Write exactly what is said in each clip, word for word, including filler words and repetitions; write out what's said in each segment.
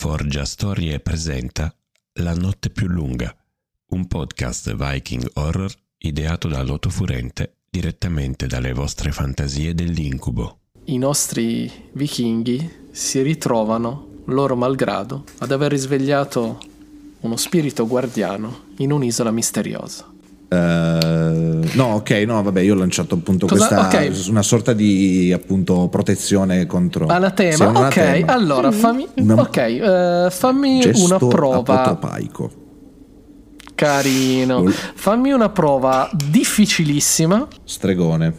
Forgia Storie presenta La notte più lunga, un podcast Viking Horror ideato da Loto Furente direttamente dalle vostre fantasie dell'incubo. I nostri vichinghi si ritrovano, loro malgrado, ad aver risvegliato uno spirito guardiano in un'isola misteriosa. Uh, no, ok, no, vabbè, io ho lanciato appunto Cosa? questa Okay. una sorta di appunto protezione contro Anatema, ok, anatema. allora fammi, Una- ok, uh, fammi Gesto una prova. apotropaico. Carino. Col- Fammi una prova difficilissima. Stregone.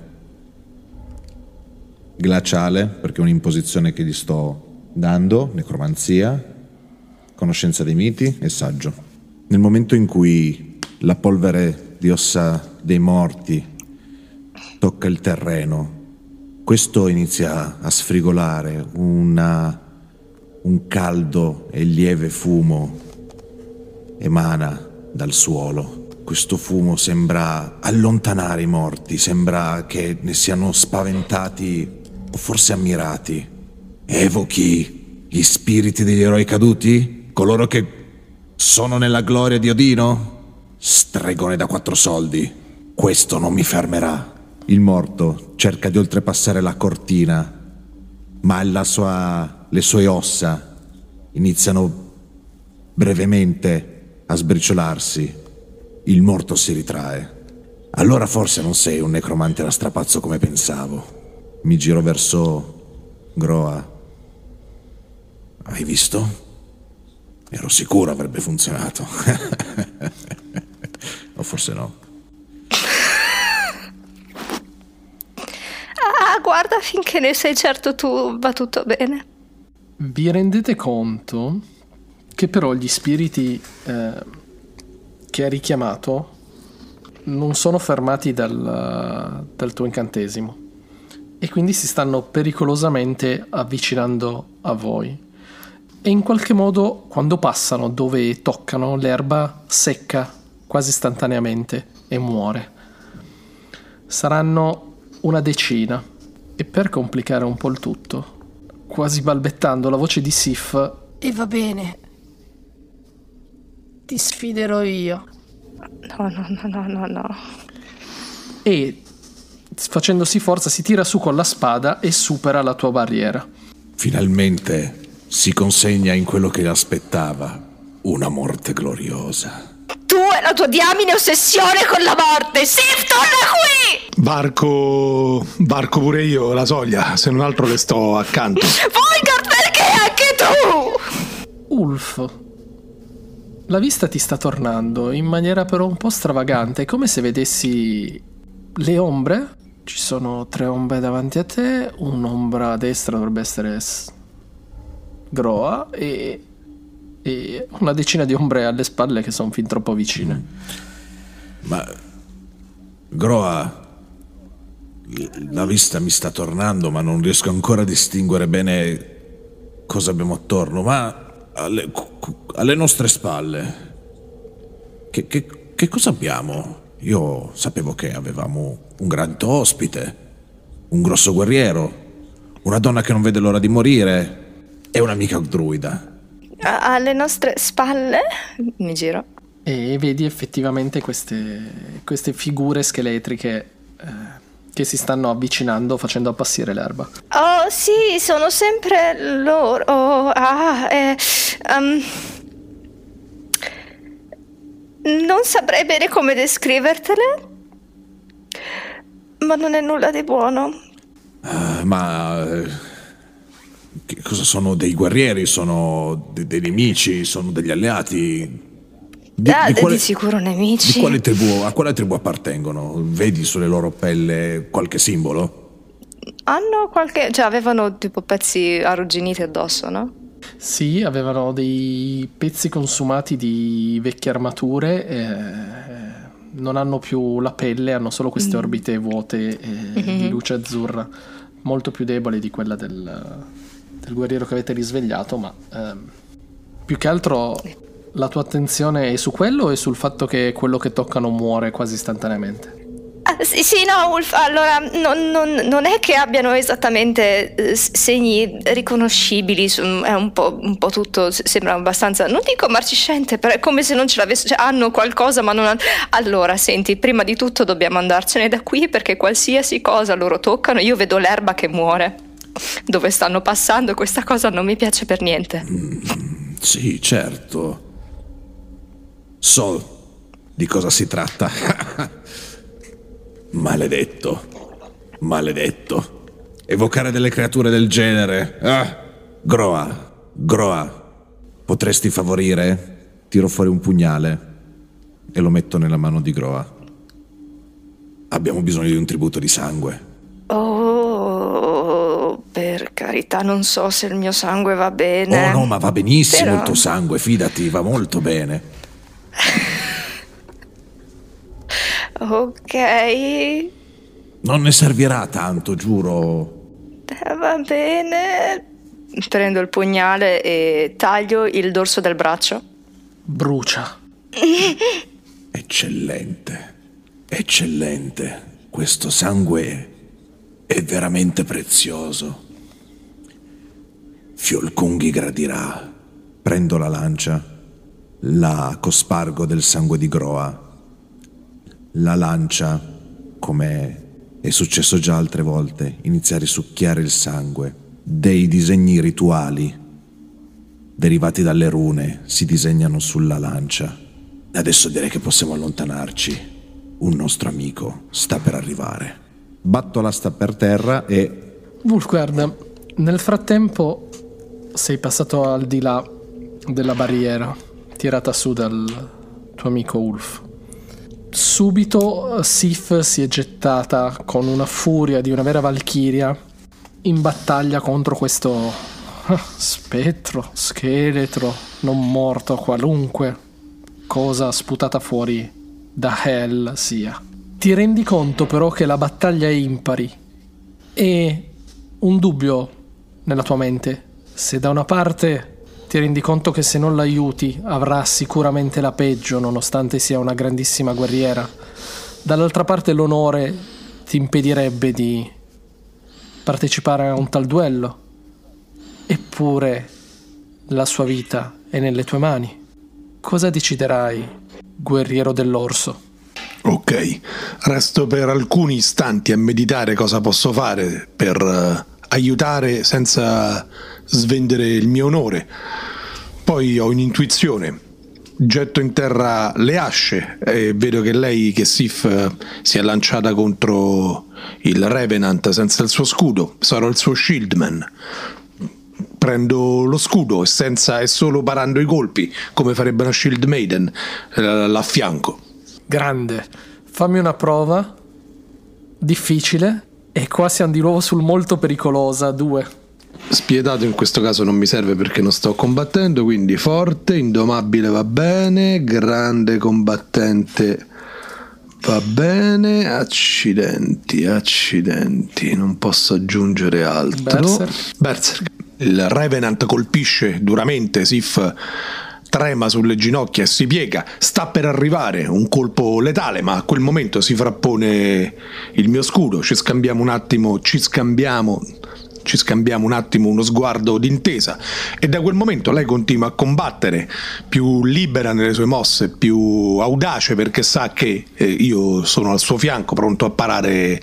Glaciale, perché è un'imposizione che gli sto dando. Necromanzia, conoscenza dei miti e saggio. Nel momento in cui la polvere di ossa dei morti tocca il terreno, questo inizia a sfrigolare, una, un caldo e lieve fumo emana dal suolo. Questo fumo sembra allontanare i morti, sembra che ne siano spaventati o forse ammirati. Evochi gli spiriti degli eroi caduti? Coloro che sono nella gloria di Odino? Stregone da quattro soldi, questo non mi fermerà. Il morto cerca di oltrepassare la cortina, ma la sua, le sue ossa iniziano brevemente a sbriciolarsi. Il morto si ritrae. Allora forse non sei un necromante da strapazzo come pensavo. Mi giro verso Groa. Hai visto? Ero sicuro avrebbe funzionato. O forse no. Ah, guarda, finché ne sei certo tu, va tutto bene. Vi rendete conto che però gli spiriti eh, che ha richiamato non sono fermati dal, dal tuo incantesimo e quindi si stanno pericolosamente avvicinando a voi e in qualche modo quando passano dove toccano l'erba secca quasi istantaneamente e muore. Saranno una decina e per complicare un po' il tutto, quasi balbettando, la voce di Sif: E va bene. Ti sfiderò io. No, no, no, no, no, no. e facendosi forza si tira su con la spada e supera la tua barriera. Finalmente si consegna in quello che aspettava, una morte gloriosa. Tu e la tua diamine ossessione con la morte! Sif, torna qui! Barco, barco pure io, la soglia, se non altro le sto accanto. Volgard, perché anche tu? Ulf, la vista ti sta tornando in maniera però un po' stravagante, è come se vedessi le ombre. Ci sono tre ombre davanti a te, un'ombra a destra dovrebbe essere S- Groa e, e una decina di ombre alle spalle che sono fin troppo vicine. Ma Groa, la vista mi sta tornando, ma non riesco ancora a distinguere bene cosa abbiamo attorno. Ma alle, alle nostre spalle che, che, che cosa abbiamo? Io sapevo che avevamo un grande ospite, un grosso guerriero, una donna che non vede l'ora di morire e un'amica druida. A- alle nostre spalle? Mi giro. E vedi effettivamente queste, queste figure scheletriche eh, che si stanno avvicinando facendo appassire l'erba. Oh, sì, sono sempre loro. Oh, ah, eh, um, non saprei bene come descrivertele, ma non è nulla di buono. Uh, ma eh, che cosa sono? Dei guerrieri? Sono de- dei nemici? Sono degli alleati? Di, Ah, di di quale, sicuro nemici. di quale tribù, a quale tribù appartengono? Vedi sulle loro pelle qualche simbolo? Hanno qualche... cioè avevano tipo pezzi arrugginiti addosso, no? Sì, avevano dei pezzi consumati di vecchie armature, eh, non hanno più la pelle, hanno solo queste orbite vuote eh, Mm-hmm. di luce azzurra, molto più debole di quella del, del guerriero che avete risvegliato, ma ehm, più che altro la tua attenzione è su quello e sul fatto che quello che toccano muore quasi istantaneamente? Ah, sì, sì, no, Ulf, allora non, non- non è che abbiano esattamente eh, s- segni riconoscibili, su- è un po', un po' tutto, s- sembra abbastanza, non dico marciscente, però è come se non ce l'avessero, cioè, hanno qualcosa ma non hanno... Allora, senti, prima di tutto dobbiamo andarcene da qui perché qualsiasi cosa loro toccano, io vedo l'erba che muore dove stanno passando, questa cosa non mi piace per niente. Sì, certo. So di cosa si tratta. Maledetto. Maledetto. Evocare delle creature del genere. Ah! Groa. Groa. Potresti favorire? Tiro fuori un pugnale e lo metto nella mano di Groa. Abbiamo bisogno di un tributo di sangue. Oh, per carità, non so se il mio sangue va bene. Oh no, ma va benissimo Però- il tuo sangue, fidati, va molto bene. Ok, Non ne servirà tanto, giuro. eh, va bene. Prendo il pugnale e taglio il dorso del braccio. Brucia. Eccellente, eccellente. Questo sangue è veramente prezioso. Fiolcunghi gradirà. Prendo la lancia, la cospargo del sangue di Groa. La lancia, come è successo già altre volte, inizia a risucchiare il sangue. Dei disegni rituali derivati dalle rune si disegnano sulla lancia. Adesso direi che possiamo allontanarci. Un nostro amico sta per arrivare. Batto l'asta per terra e... Wolf, guarda, nel frattempo sei passato al di là della barriera tirata su dal tuo amico Ulf. Subito Sif si è gettata con una furia di una vera valchiria in battaglia contro questo ah, spettro, scheletro, non morto, qualunque cosa sputata fuori da Hell sia. Ti rendi conto però che la battaglia è impari e un dubbio nella tua mente. Se da una parte ti rendi conto che se non l'aiuti avrà sicuramente la peggio nonostante sia una grandissima guerriera, dall'altra parte l'onore ti impedirebbe di partecipare a un tal duello. Eppure la sua vita è nelle tue mani. Cosa deciderai, guerriero dell'orso? Ok, resto per alcuni istanti a meditare cosa posso fare per eh, aiutare senza svendere il mio onore. Poi ho un'intuizione, getto in terra le asce e vedo che lei, che Sif, eh, si è lanciata contro il Revenant senza il suo scudo. Sarò il suo shieldman. Prendo lo scudo e senza e solo parando i colpi, come farebbe una Shield Maiden, eh, l'affianco. Grande. Fammi una prova difficile e qua siamo di nuovo sul molto pericolosa. Due. Spietato in questo caso non mi serve perché non sto combattendo, quindi forte, indomabile va bene, grande combattente va bene, accidenti, accidenti, non posso aggiungere altro. Berserk. Berserk. Il Revenant colpisce duramente, Sif trema sulle ginocchia e si piega, sta per arrivare un colpo letale, ma a quel momento si frappone il mio scudo, ci scambiamo un attimo, ci scambiamo ci scambiamo un attimo uno sguardo d'intesa e da quel momento lei continua a combattere, più libera nelle sue mosse, più audace perché sa che eh, io sono al suo fianco pronto a parare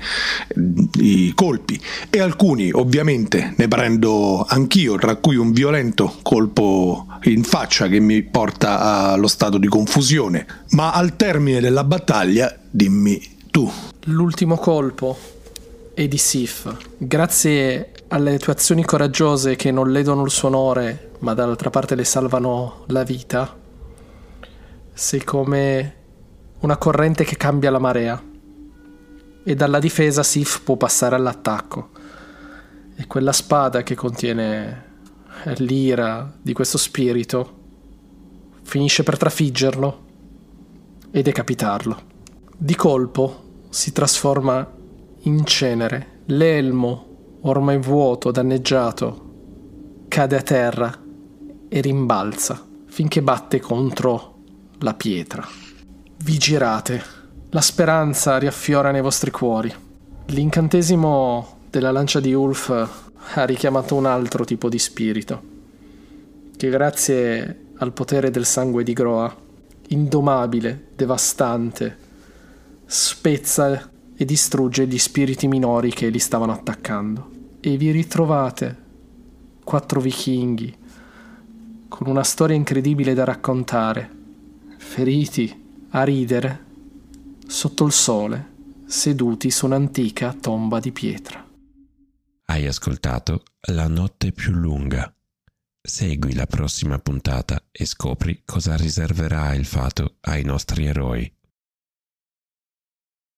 i colpi, e alcuni ovviamente ne prendo anch'io, tra cui un violento colpo in faccia che mi porta allo stato di confusione. Ma al termine della battaglia dimmi tu. L'ultimo colpo è di Sif. Grazie alle tue azioni coraggiose che non ledono il suo onore, ma dall'altra parte le salvano la vita, sei come una corrente che cambia la marea. E dalla difesa Sif può passare all'attacco. E quella spada che contiene l'ira di questo spirito finisce per trafiggerlo e decapitarlo. Di colpo si trasforma in cenere. L'elmo, ormai vuoto, danneggiato, cade a terra e rimbalza finché batte contro la pietra. Vi girate La speranza riaffiora nei vostri cuori. L'incantesimo della lancia di Ulf ha richiamato un altro tipo di spirito, che grazie al potere del sangue di Groa, indomabile, devastante, spezza e distrugge gli spiriti minori che li stavano attaccando. E vi ritrovate, quattro vichinghi, con una storia incredibile da raccontare, feriti, a ridere, sotto il sole, seduti su un'antica tomba di pietra. Hai ascoltato La notte più lunga. Segui la prossima puntata e scopri cosa riserverà il fato ai nostri eroi.